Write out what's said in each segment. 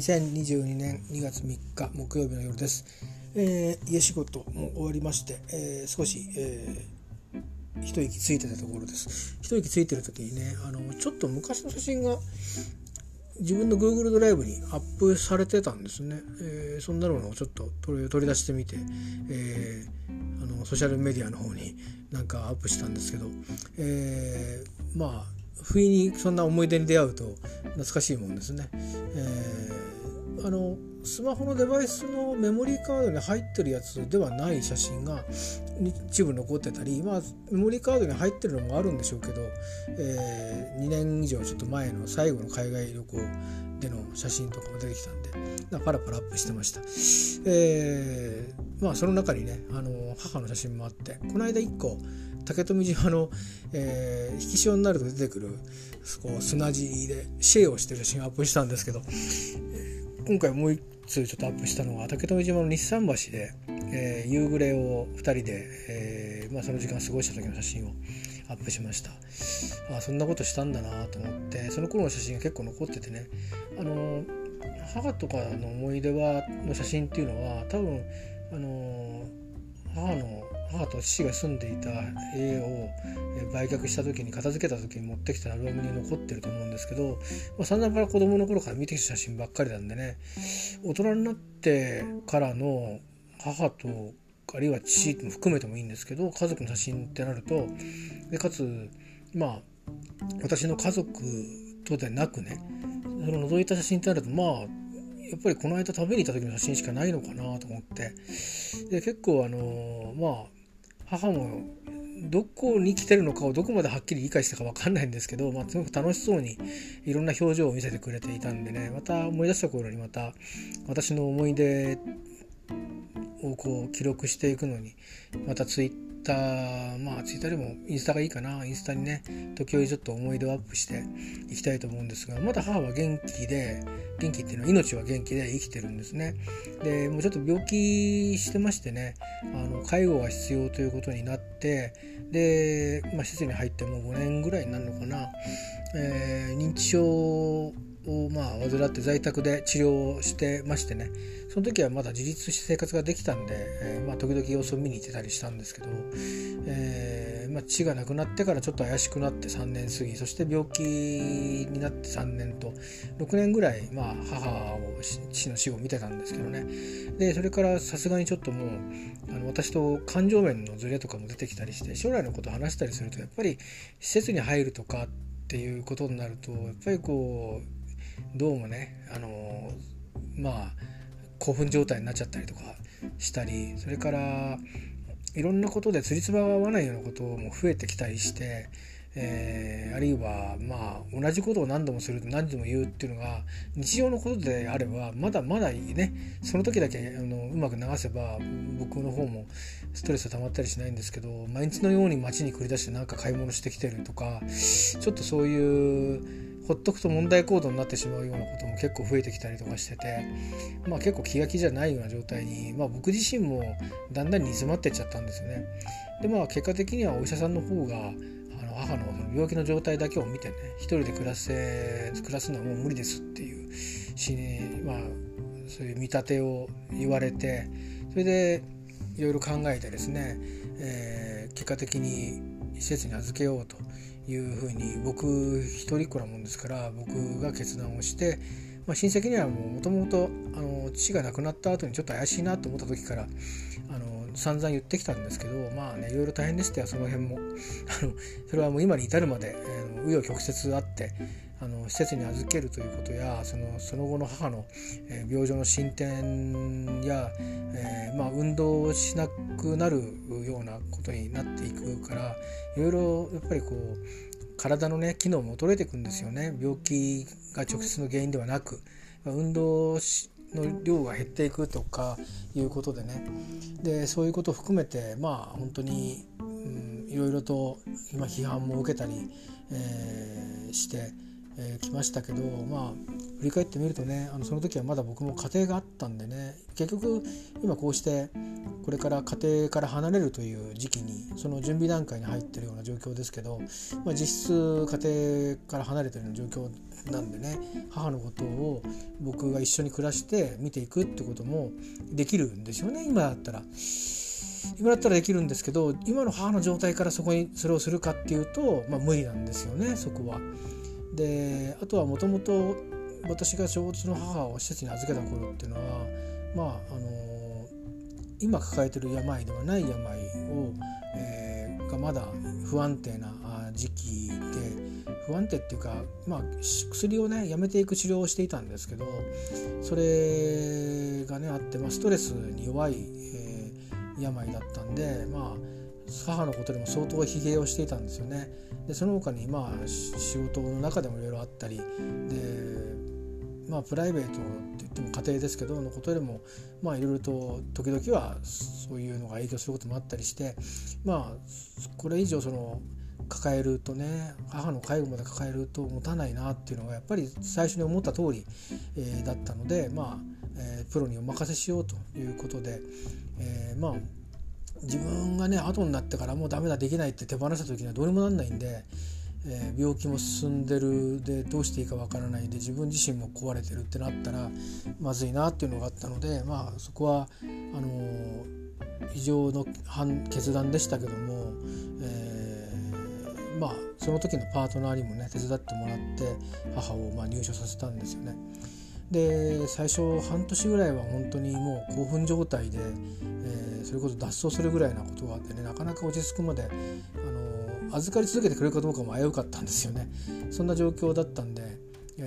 2022年2月3日木曜日の夜です。家仕事も終わりまして、少し、一息ついてたところです。一息ついてる時にね、ちょっと昔の写真が自分の Google ドライブにアップされてたんですね。そんなのをちょっと取り出してみて、ソーシャルメディアの方になんかアップしたんですけど、不意にそんな思い出に出会うと懐かしいもんですね。スマホのデバイスのメモリーカードに入ってるやつではない写真が一部残ってたり、メモリーカードに入ってるのもあるんでしょうけど、2年以上ちょっと前の最後の海外旅行での写真とかも出てきたんでパラパラアップしてました。その中にね母の写真もあって、この間1個竹富島の、引き潮になると出てくる砂地でシェイをしてる写真をアップしたんですけど、今回もう一つちょっとアップしたのは竹富島の日産橋で、夕暮れを2人で、その時間過ごした時の写真をアップしました。そんなことしたんだなと思って、その頃の写真が結構残っててね、母とかの思い出の写真っていうのは多分母と父が住んでいた家を売却した時に片付けた時に持ってきたアルバムに残ってると思うんですけど、散々から子供の頃から見てきた写真ばっかりなんでね、大人になってからの母とあるいは父も含めてもいいんですけど、家族の写真ってなるとでかつ私の家族とでなくね、その覗いた写真ってなるとやっぱりこの間食べに行った時の写真しかないのかなと思って、で結構母もどこに来てるのかをどこまではっきり理解したか分かんないんですけど、すごく楽しそうにいろんな表情を見せてくれていたんでね、また思い出した頃にまた私の思い出を記録していくのにまたツイッターツイッターでもインスタがいいかな、インスタにね時折ちょっと思い出をアップしていきたいと思うんですが、まだ母は元気っていうのは命は元気で生きてるんですね。でもうちょっと病気してましてね、介護が必要ということになって、で、施設に入ってもう5年ぐらいになるのかな、認知症を患って在宅で治療してましてね、その時はまだ自立して生活ができたんで、時々様子を見に行ってたりしたんですけど、父が亡くなってからちょっと怪しくなって3年過ぎ、そして病気になって3年と6年ぐらい、父の死後見てたんですけどね。でそれからさすがにちょっともう私と感情面のズレとかも出てきたりして、将来のことを話したりするとやっぱり施設に入るとかっていうことになると、やっぱりどうもね興奮状態になっちゃったりとかしたり、それからいろんなことでつりつばが合わないようなことも増えてきたりして、あるいは同じことを何度もする何度も言うっていうのが日常のことであればまだまだね、その時だけうまく流せば僕の方もストレスが溜まったりしないんですけど、毎日のように街に繰り出してなんか買い物してきてるとか、ちょっとそういうほっとくと問題行動になってしまうようなことも結構増えてきたりとかしてて、結構気が気じゃないような状態に、僕自身もだんだん煮詰まってっちゃったんですよね。で結果的にはお医者さんの方が母の病気の状態だけを見てね、一人で暮らすのはもう無理ですっていうそういう見立てを言われて、それでいろいろ考えてですね、結果的に施設に預けようというふうに、僕一人っ子なもんですから僕が決断をして、親戚にはもともと父が亡くなった後にちょっと怪しいなと思った時から散々言ってきたんですけど、いろいろ大変でしたよ、その辺もそれはもう今に至るまで紆余曲折あって、施設に預けるということやその後の母の病状の進展や、運動をしなくなるようなことになっていくから、いろいろやっぱり体のね機能も衰えていくんですよね。病気が直接の原因ではなく、運動の量が減っていくとかいうことでね、でそういうことを含めて本当に、いろいろと今批判も受けたり、してきましたけど、振り返ってみるとね、その時はまだ僕も家庭があったんでね、結局今こうしてこれから家庭から離れるという時期にその準備段階に入っているような状況ですけど、実質家庭から離れているような状況なんでね、母のことを僕が一緒に暮らして見ていくってこともできるんですよね。今だったらできるんですけど、今の母の状態からそれをするかっていうと、無理なんですよね、そこは。であとはもともと私がちょうどその母を施設に預けた頃っていうのは、今抱えている病ではない病を、がまだ不安定な時期で、不安定っていうか、薬をねやめていく治療をしていたんですけど、それがねあって、ストレスに弱い、病だったんで、母のことでも相当疲弊をしていたんですよね。でその他に仕事の中でもいろいろあったりで、プライベートって言っても家庭ですけどのことでもいろいろと時々はそういうのが影響することもあったりして、これ以上抱えるとね、母の介護まで抱えると持たないなっていうのがやっぱり最初に思った通り、だったので、プロにお任せしようということで、自分がね後になってからもうダメだできないって手放した時にはどうにもなんないんで、病気も進んでるでどうしていいかわからないで自分自身も壊れてるってなったらまずいなっていうのがあったので、そこは非常の決断でしたけども、その時のパートナーにもね手伝ってもらって母を入所させたんですよね。で最初半年ぐらいは本当にもう興奮状態で、それこそ脱走するぐらいなことがあってね、なかなか落ち着くまで預かり続けてくれるかどうかも危うかったんですよね。そんな状況だったんで、フ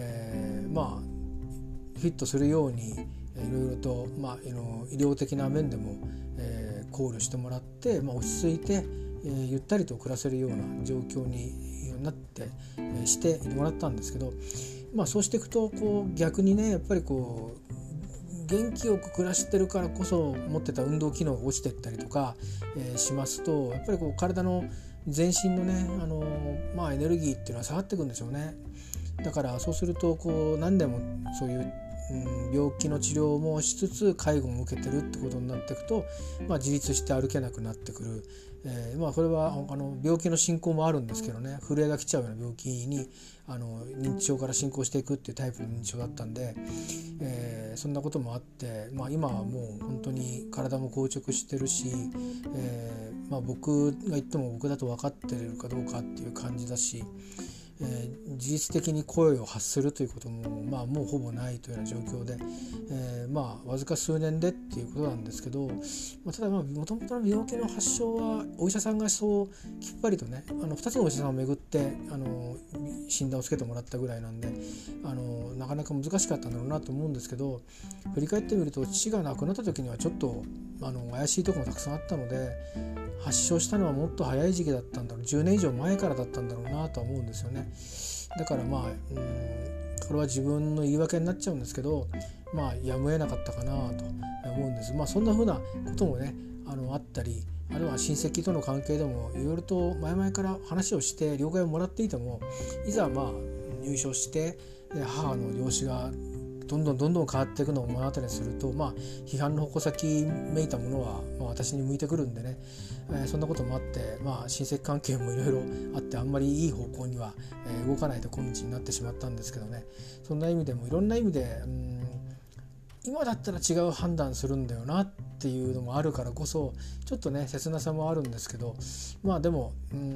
ィットするようにいろいろと、医療的な面でも、考慮してもらって、落ち着いて、ゆったりと暮らせるような状況になって、してもらったんですけど、そうしていくと逆にねやっぱり元気よく暮らしてるからこそ持ってた運動機能が落ちていったりとか、しますとやっぱり体の全身のね、エネルギーっていうのは下がっていくんでしょうね。だからそうすると何でもそういう、病気の治療もしつつ介護も受けてるってことになっていくと、自立して歩けなくなってくる。これは病気の進行もあるんですけどね、震えが来ちゃうような病気に認知症から進行していくっていうタイプの認知症だったんで、そんなこともあって、今はもう本当に体も硬直してるし、僕が言っても僕だと分かってるかどうかっていう感じだし、事実的に声を発するということも、もうほぼないというような状況で、わずか数年でっていうことなんですけど、ただもともとの病気の発症はお医者さんがそうきっぱりとね2つのお医者さんを巡って診断をつけてもらったぐらいなんでなかなか難しかったんだろうなと思うんですけど、振り返ってみると父が亡くなった時にはちょっと怪しいところもたくさんあったので、発症したのはもっと早い時期だったんだろう、10年以上前からだったんだろうなとは思うんですよね。だからこれは自分の言い訳になっちゃうんですけど、やむを得なかったかなと思うんです。そんな風なこともねあったり、あるいは親戚との関係でもいろいろと前々から話をして了解をもらっていても、いざ入所して母の容姿がどんどん変わっていくのを目の当たりにすると、批判の矛先めいたものは、私に向いてくるんでね、そんなこともあって、親戚関係もいろいろあってあんまりいい方向には、動かないと今日になってしまったんですけどね。そんな意味でもいろんな意味で、今だったら違う判断するんだよなっていうのもあるからこそちょっとね切なさもあるんですけど、でも、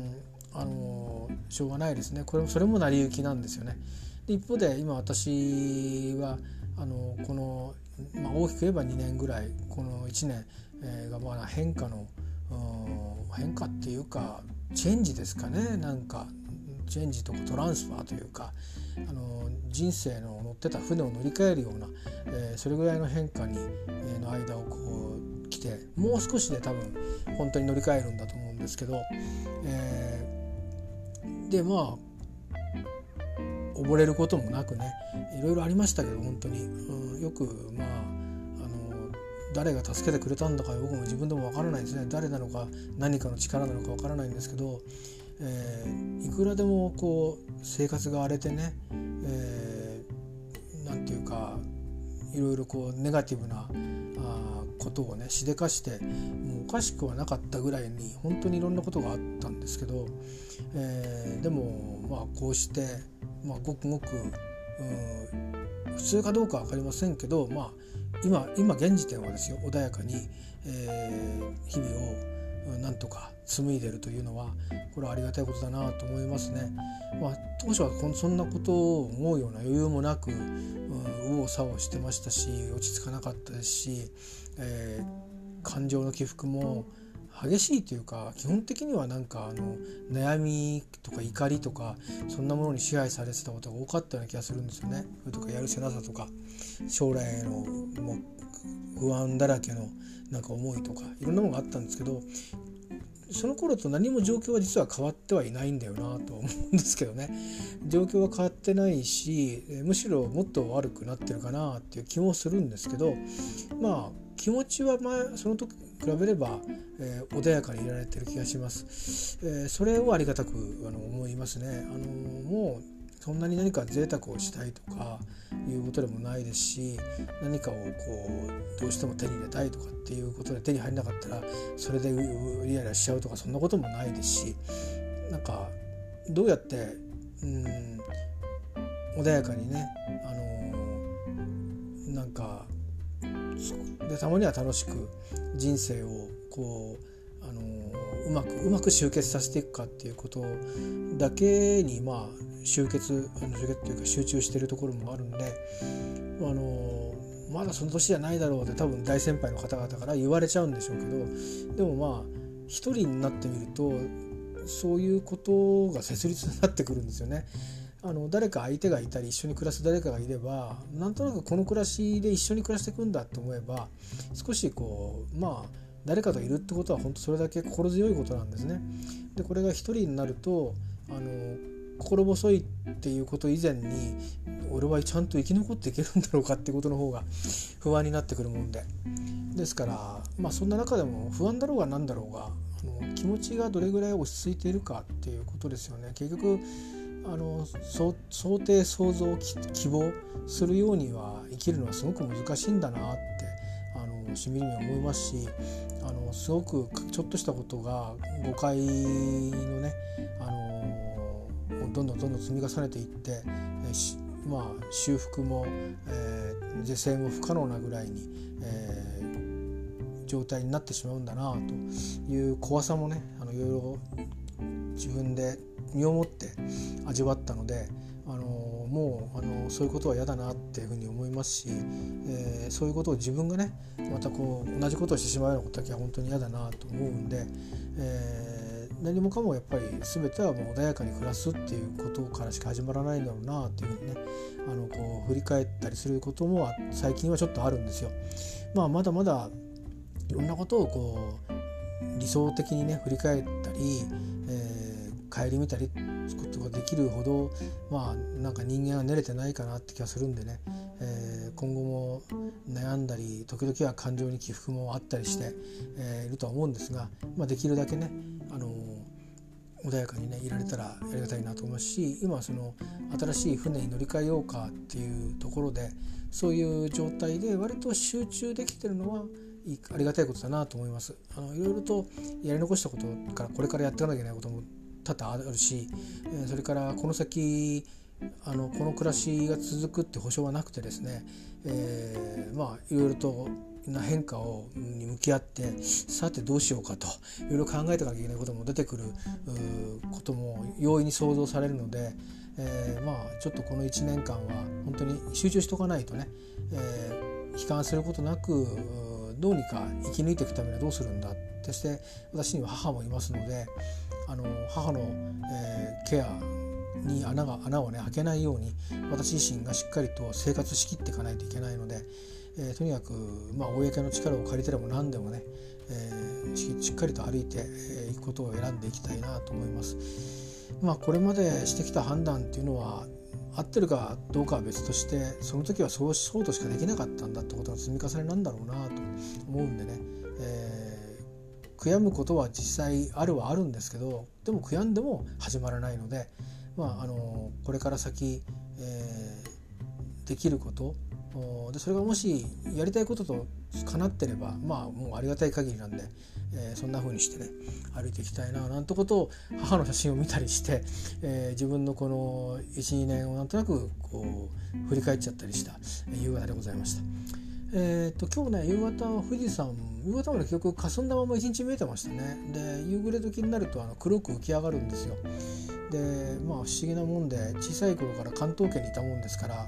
しょうがないですね。それも成り行きなんですよね。一方で今私はこの、大きく言えば2年ぐらいこの1年、が変化っていうかチェンジですかね。なんかチェンジとかトランスファーというか人生の乗ってた船を乗り換えるような、それぐらいの変化に、の間を来て、もう少しで多分本当に乗り換えるんだと思うんですけど、で溺れることもなくね、いろいろありましたけど本当に、よく誰が助けてくれたんだか僕も自分でもわからないですね。誰なのか何かの力なのかわからないんですけど、いくらでも生活が荒れてね、なんていうかいろいろこうネガティブなことをねしでかしてもうおかしくはなかったぐらいに本当にいろんなことがあったんですけど、でもこうして、ごくごく普通かどうかは分かりませんけど、今現時点はですよ穏やかに、日々をなんとか紡いでいるというのはこれはありがたいことだなと思いますね。当初はそんなことを思うような余裕もなく右往左往してましたし落ち着かなかったですし、感情の起伏も激しいというか基本的には悩みとか怒りとかそんなものに支配されてたことが多かったような気がするんですよね。それとかやるせなさとか将来へのもう不安だらけの思いとかいろんなものがあったんですけど、その頃と何も状況は実は変わってはいないんだよなと思うんですけどね。状況は変わってないしむしろもっと悪くなってるかなっていう気もするんですけど、気持ちはその時比べれば、穏やかにいられてる気がします。それをありがたく思いますね。もうそんなに何か贅沢をしたいとかいうことでもないですし、何かをどうしても手に入れたいとかっていうことで手に入らなかったらそれでイライラしちゃうとかそんなこともないですし、どうやって穏やかにねでたまには楽しく人生をうまく集結させていくかっていうことだけに集結というか集中しているところもあるんで、まだその年じゃないだろうって多分大先輩の方々から言われちゃうんでしょうけど、でも一人になってみるとそういうことが切実になってくるんですよね。誰か相手がいたり一緒に暮らす誰かがいればなんとなくこの暮らしで一緒に暮らしていくんだと思えば少し誰かといるってことは本当それだけ心強いことなんですね。でこれが一人になると心細いっていうこと以前に俺はちゃんと生き残っていけるんだろうかっていうことの方が不安になってくるもんで、ですからそんな中でも不安だろうが何だろうが気持ちがどれぐらい落ち着いているかっていうことですよね。結局想定想像希望するようには生きるのはすごく難しいんだなってしみじみ思いますし、すごくちょっとしたことが誤解のねどんどん積み重ねていって修復も、是正も不可能なぐらいに、状態になってしまうんだなという怖さもねいろいろ自分で身をもって味わったのでもうそういうことは嫌だなっていうふうに思いますし、そういうことを自分がねまた同じことをしてしまうようなことだけは本当に嫌だなと思うんで、何もかもやっぱり全てはもう穏やかに暮らすっていうことからしか始まらないんだろうなっていうふうにね振り返ったりすることも最近はちょっとあるんですよ。まだまだいろんなことを理想的にね振り返ったり、顧みたりすることができるほど人間は慣れてないかなって気がするんでね、今後も悩んだり時々は感情に起伏もあったりして、いるとは思うんですが、できるだけね穏やかにねいられたらありがたいなと思いますし、今その新しい船に乗り換えようかっていうところでそういう状態で割と集中できてるのはありがたいことだなと思います。いろいろとやり残したことからこれからやっていかなきゃいけないことも多々あるし、それからこの先この暮らしが続くって保証はなくてですね、いろいろとな変化に向き合ってさてどうしようかといろいろ考えていかなきゃいけないことも出てくることも容易に想像されるので、ちょっとこの1年間は本当に集中しておかないとね、悲観することなくどうにか生き抜いていくためにはどうするんだ。そして私には母もいますので母の、ケアに穴をね開けないように私自身がしっかりと生活しきっていかないといけないので、とにかく公の力を借りてでも何でもね、しっかりと歩いていくことを選んでいきたいなと思います。これまでしてきた判断っていうのは合ってるかどうかは別としてその時はそうとしかできなかったんだってことの積み重ねなんだろうなと思うんでね、悔やむことは実際あるはあるんですけどでも悔やんでも始まらないので、これから先、できることでそれがもしやりたいことと叶ってればもうありがたい限りなんで、そんな風にしてね歩いていきたいななんてことを母の写真を見たりして、自分のこの 1,2 年をなんとなく振り返っちゃったりした夕方でございました。今日ね夕方は富士山夕方まで結局霞んだまま一日見えてましたね。で夕暮れ時になると黒く浮き上がるんですよ。で不思議なもんで小さい頃から関東圏にいたもんですから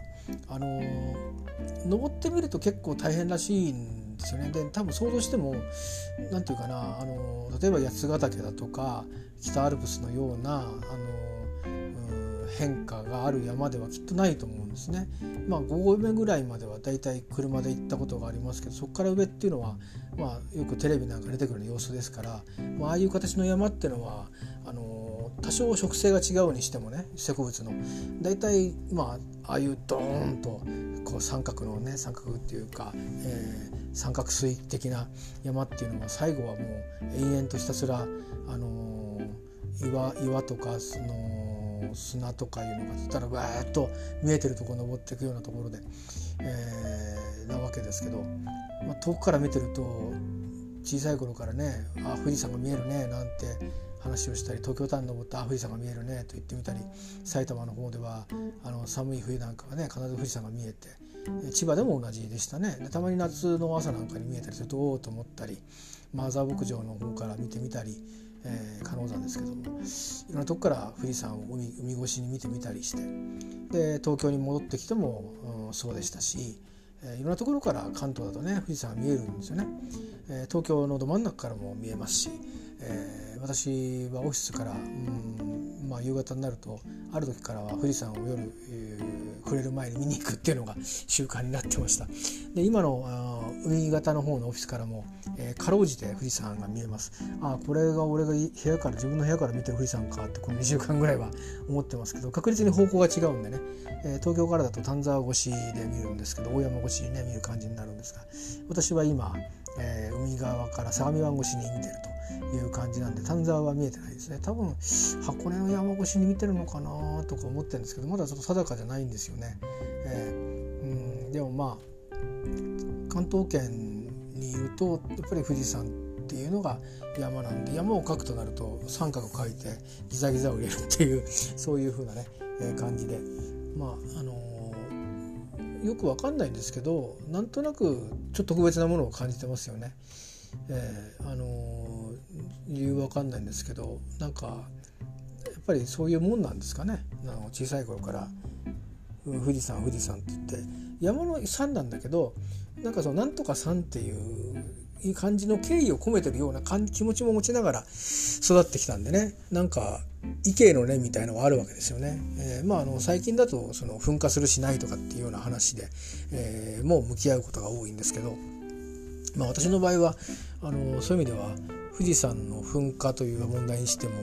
登ってみると結構大変らしいんですよね。で多分想像してもなんていうかな例えば八ヶ岳だとか北アルプスのような変化がある山ではきっとないと思うんですね。5合目ぐらいまではだいたい車で行ったことがありますけどそこから上っていうのはよくテレビなんか出てくる様子ですからああいう形の山っていうのは多少植生が違うにしてもね植物のだいたいああいうドーンと三角のね三角っていうか、三角錐的な山っていうのは最後はもう延々とひたすら岩とか砂とかいうのがたらわーっと見えてるところ登っていくようなところで、なわけですけど、遠くから見てると小さい頃からね富士山が見えるねなんて話をしたり東京タワーに登って富士山が見えるねと言ってみたり埼玉の方では寒い冬なんかはね必ず富士山が見えて千葉でも同じでしたね。でたまに夏の朝なんかに見えたりするとおおと思ったりマザー牧場の方から見てみたり鹿野山ですけどもいろんなとこから富士山を海越しに見てみたりしてで東京に戻ってきても、そうでしたし、いろんなところから関東だとね富士山が見えるんですよね。東京のど真ん中からも見えますし、私はオフィスから、夕方になるとある時からは富士山を夜、暮れる前に見に行くっていうのが習慣になってました。で今の海型の方のオフィスからも、かろうじて富士山が見えます。これが俺が自分の部屋から見てる富士山かってこの2週間ぐらいは思ってますけど確実に方向が違うんでね、東京からだと丹沢越しで見るんですけど大山越しにね見る感じになるんですが私は今、海側から相模湾越しに見てるという感じなんで丹沢は見えてないですね。多分箱根の山越しに見てるのかなとか思ってるんですけどまだちょっと定かじゃないんですよね。でも関東圏にいるとやっぱり富士山っていうのが山なんで山を描くとなると三角を描いてギザギザを入れるっていうそういう風なね、感じでよくわかんないんですけどなんとなくちょっと特別なものを感じてますよね。理由わかんないんですけどなんかやっぱりそういうもんなんですかね。小さい頃から富士山って言って山の山なんだけどなんとか山っていう感じの敬意を込めてるような気持ちも持ちながら育ってきたんでね異形の念みたいなのがあるわけですよね。最近だとその噴火するしないとかっていうような話で、もう向き合うことが多いんですけど、私の場合はそういう意味では富士山の噴火という問題にしても、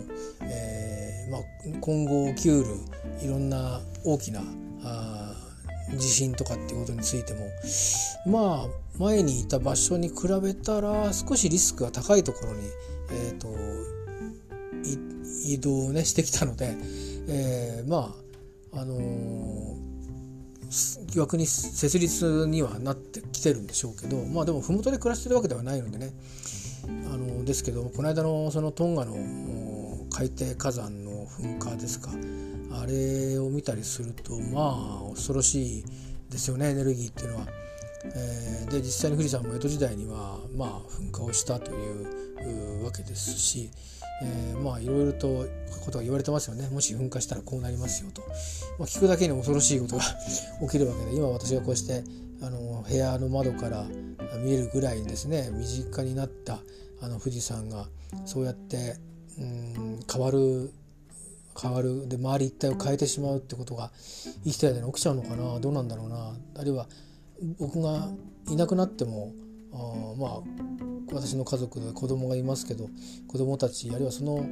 今後起きうるいろんな大きな地震とかっていうことについても前にいた場所に比べたら少しリスクが高いところに、移動ねしてきたので、逆に設立にはなってきてるんでしょうけどでも麓で暮らしてるわけではないのでねですけどこの間のそのトンガの海底火山の噴火ですかあれを見たりすると恐ろしいですよねエネルギーっていうのは。で実際に富士山も江戸時代には噴火をしたというわけですし、いろいろとことが言われてますよね。もし噴火したらこうなりますよと、聞くだけに恐ろしいことが起きるわけで今私がこうして部屋の窓から見えるぐらいにですね身近になった富士山がそうやって変わるで周り一帯を変えてしまうってことが生きてる間に起きちゃうのかなどうなんだろうな。あるいは僕がいなくなっても私の家族で子供がいますけど子供たちあるいはその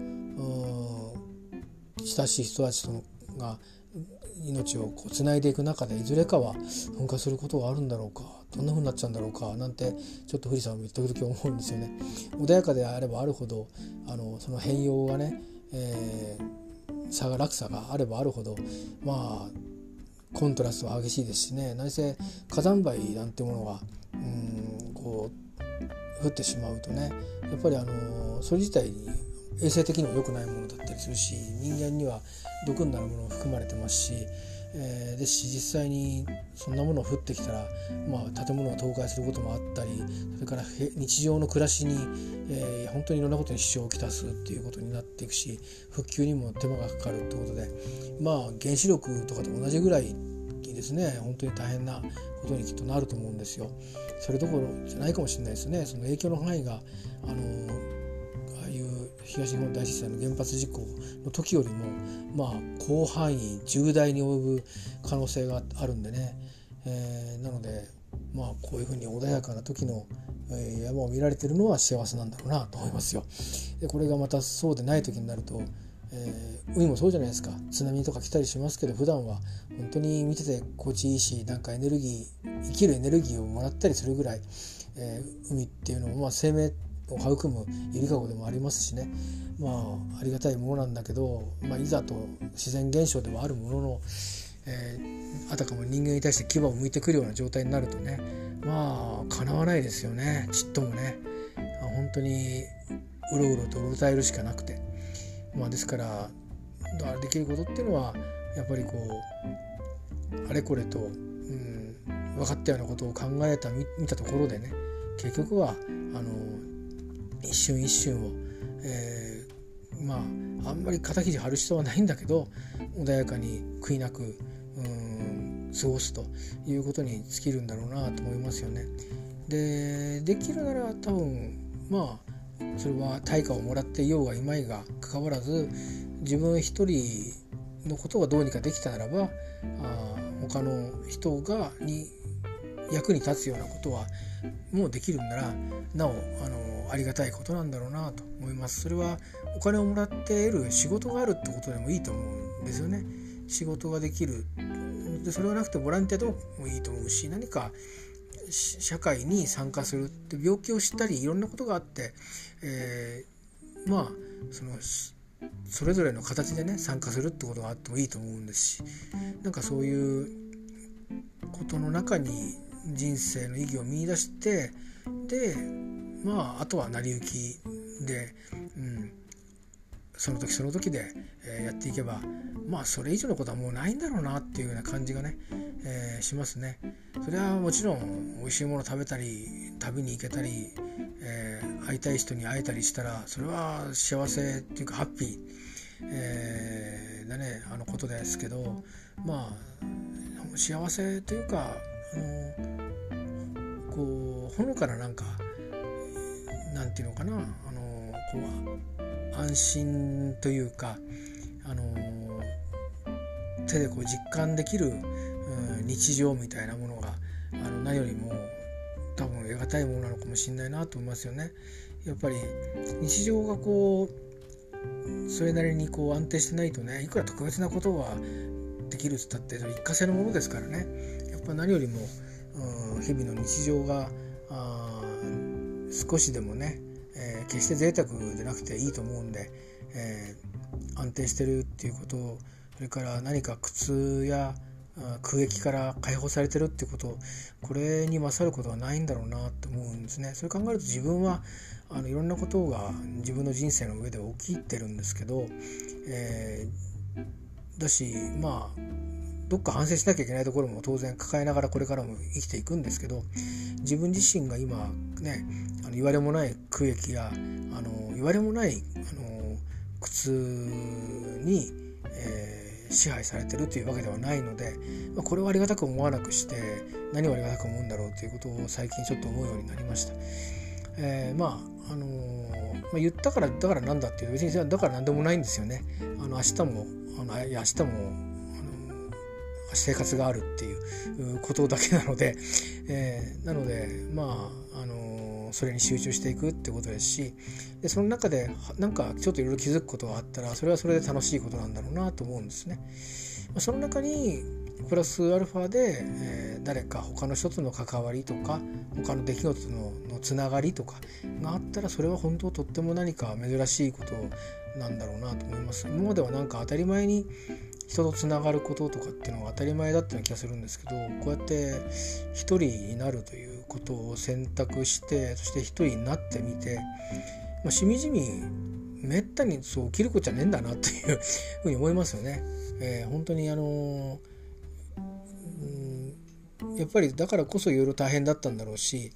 親しい人たちが命をつないでいく中でいずれかは噴火することがあるんだろうかどんな風になっちゃうんだろうかなんてちょっと富士山を見て時々思うんですよね。穏やかであればあるほどその変容がね、落差があればあるほどコントラストは激しいですしね、何せ火山灰なんてものがこう降ってしまうとね、やっぱりそれ自体に衛生的にも良くないものだったりするし、人間には毒になるものも含まれてますし、ですし実際にそんなものが降ってきたら、建物が倒壊することもあったり、それから日常の暮らしに、本当にいろんなことに支障をきたすっていうことになっていくし、復旧にも手間がかかるってことで、原子力とかと同じぐらいにですね、本当に大変なことにきっとなると思うんですよ。それどころじゃないかもしれないですね。その影響の範囲がああいう東日本大震災の原発事故の時よりも広範囲重大に及ぶ可能性があるんでね、なのでこういうふうに穏やかな時の山を見られてるのは幸せなんだろうなと思いますよ。でこれがまたそうでない時になると、海もそうじゃないですか。津波とか来たりしますけど、普段は本当に見てて心地いいし、なんかエネルギー、生きるエネルギーをもらったりするぐらい、海っていうのも生命を育むゆりかごでもありますしね、ありがたいものなんだけど、いざと自然現象ではあるものの、あたかも人間に対して牙を向いてくるような状態になるとね、かなわないですよね。ちっともね、本当にうろうろとうろたえるしかなくて、ですからできることっていうのはやっぱりこうあれこれと、分かったようなことを考えた見たところでね、結局は一瞬一瞬を、あんまり肩肘張る必要はないんだけど、穏やかに悔いなく過ごすということに尽きるんだろうなと思いますよね。できるなら多分それは対価をもらっていようがいまいが関わらず、自分一人のことがどうにかできたならば、他の人に役に立つようなことはもうできるんならなおありがたいことなんだろうなと思います。それはお金をもらって得る仕事があるってことでもいいと思うんですよね。仕事ができるで、それがなくてボランティアでもいいと思うし、何か社会に参加するって病気を知ったりいろんなことがあって、それぞれの形でね参加するってことがあってもいいと思うんですし、なんかそういうことの中に人生の意義を見出して、であとは成り行きで、その時その時で、やっていけばそれ以上のことはもうないんだろうなっていうような感じがね、しますね。それはもちろん美味しいもの食べたり旅に行けたり、会いたい人に会えたりしたらそれは幸せっていうかハッピー、だねことですけど、幸せというかこうほのかななんていうのかな、こう安心というか、手でこう実感できる、日常みたいなものが何よりも多分得難いものなのかもしれないなと思いますよね。やっぱり日常がこうそれなりにこう安定してないとね、いくら特別なことができるって言ったって一過性のものですからね。やっぱ何よりも日々の日常が少しでもね、決して贅沢でなくていいと思うんで、安定してるっていうこと、それから何か苦痛や空益から解放されてるっていうこと、これに勝ることはないんだろうなと思うんですね。それ考えると自分はいろんなことが自分の人生の上で起きてるんですけど、だしどっか反省しなきゃいけないところも当然抱えながらこれからも生きていくんですけど、自分自身が今ね言われもない空益や言われもない苦痛に、支配されてるというわけではないので、これをありがたく思わなくして何をありがたく思うんだろうということを最近ちょっと思うようになりました。言ったからだからなんだっていう別にだからなんでもないんですよね。明日も生活があるっていうことだけなので、それに集中していくってことですし、でその中でなんかちょっといろいろ気づくことがあったらそれはそれで楽しいことなんだろうなと思うんですね。その中にプラスアルファで、誰か他の人との関わりとか他の出来事のつながりとかがあったら、それは本当とっても何か珍しいことなんだろうなと思います。今まではなんか当たり前に人とつながることとかっていうのが当たり前だったような気がするんですけど、こうやって一人になるということを選択して、そして一人になってみて、しみじみめったにそう起きることじゃねえんだなっていうふうに思いますよね。本当にやっぱりだからこそいろいろ大変だったんだろうし、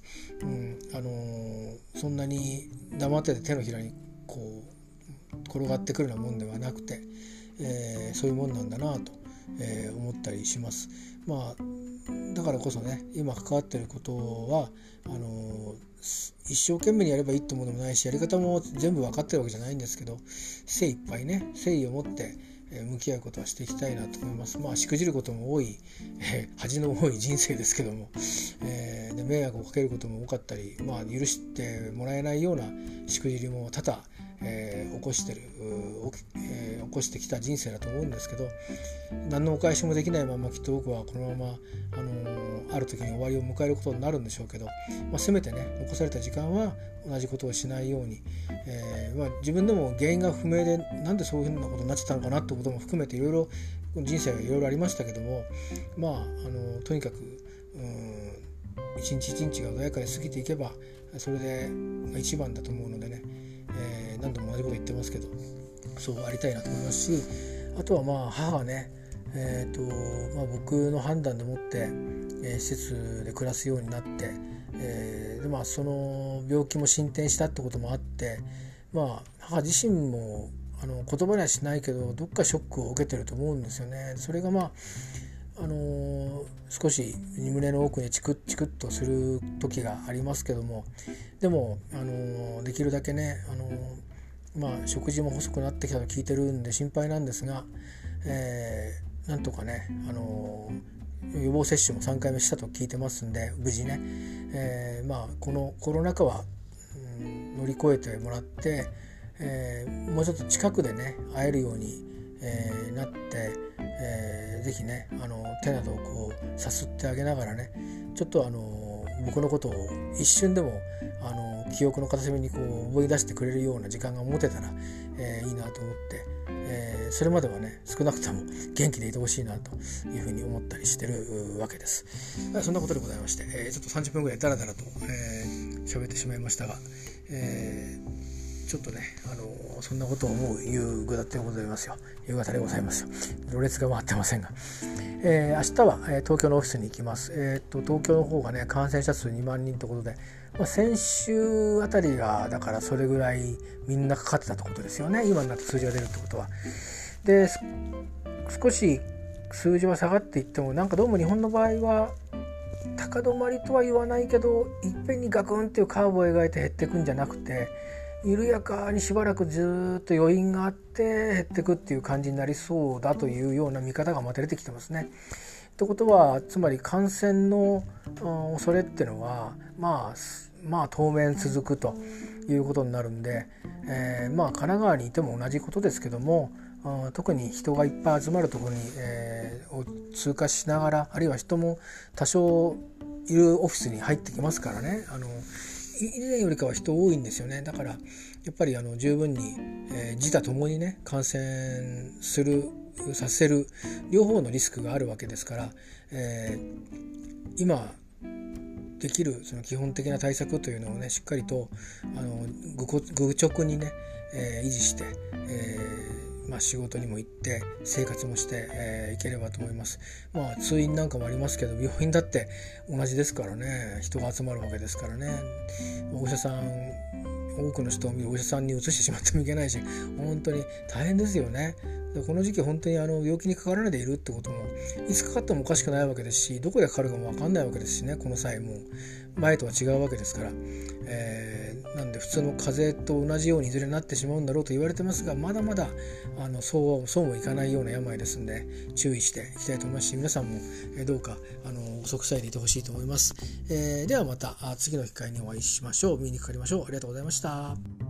そんなに黙ってて手のひらにこう転がってくるようなもんではなくて、そういうもんなんだなと、思ったりします。だからこそね、今関わっていることは一生懸命にやればいいってものでもないし、やり方も全部分かってるわけじゃないんですけど、精一杯ね、誠意を持って向き合うことはしていきたいなと思います。しくじることも多い、恥の多い人生ですけども、で迷惑をかけることも多かったり、許してもらえないようなしくじりも多々、起こしてきた人生だと思うんですけど、何のお返しもできないままきっと僕はこのまま、ある時に終わりを迎えることになるんでしょうけど、せめてね、残された時間は同じことをしないように、自分でも原因が不明でなんでそういうふうなことになっちゃったのかなってことも含めていろいろ人生はいろいろありましたけども、とにかく一日一日が穏やかに過ぎていけばそれで一番だと思うのでね、何度も同じこと言ってますけど、そうありたいなと思いますし、あとは母がね、僕の判断でもって、施設で暮らすようになって、その病気も進展したってこともあって、母自身も言葉にはしないけどどっかショックを受けてると思うんですよね。それが少し胸の奥にチクッチクッとする時がありますけども、でもできるだけね、食事も細くなってきたと聞いてるんで心配なんですが、なんとかね、予防接種も3回目したと聞いてますんで無事ね、このコロナ禍は、乗り越えてもらって、もうちょっと近くでね会えるように、なって、ぜひね手などをこうさすってあげながらね、ちょっと僕のことを一瞬でも記憶の片隅にこう思い出してくれるような時間が持てたら、いいなと思って、それまではね少なくとも元気でいてほしいなというふうに思ったりしてるわけです。そんなことでございまして、ちょっと30分ぐらいダラダラと喋ってしまいましたが、ちょっとねそんなことを思う夕方でございますよ。夕方でございますよ。ろれつが回ってませんが、明日は、東京のオフィスに行きます。東京の方がね感染者数2万人ということで、先週あたりがだからそれぐらいみんなかかってたってことですよね。今になって数字が出るってことは。で少し数字は下がっていっても、なんかどうも日本の場合は高止まりとは言わないけど、いっぺんにガクンっていうカーブを描いて減っていくんじゃなくて、緩やかにしばらくずっと余韻があって減っていくっていう感じになりそうだというような見方がまた出てきてますね。ってことはつまり感染の恐れっていうのは当面続くということになるんで、神奈川にいても同じことですけども、特に人がいっぱい集まるところに、を通過しながら、あるいは人も多少いるオフィスに入ってきますからね、以前よりかは人多いんですよね。だからやっぱり十分に、自他ともにね感染させる両方のリスクがあるわけですから、今できるその基本的な対策というのをねしっかりと愚直にね、維持して、仕事にも行って生活もして、いければと思います。通院なんかもありますけど、病院だって同じですからね、人が集まるわけですからね。お医者さん、多くの人を見るお医者さんに移してしまってもいけないし、本当に大変ですよね。この時期本当に病気にかからないでいるってこともいつかかってもおかしくないわけですし、どこでかかるかも分かんないわけですしね。この際も前とは違うわけですから、なんで普通の風邪と同じようにいずれなってしまうんだろうと言われてますが、まだまだそうもいかないような病ですんで注意していきたいと思いますし、皆さんもどうかお息災でいてほしいと思います。ではまた次の機会にお会いしましょう。見にかかりましょう。ありがとうございました。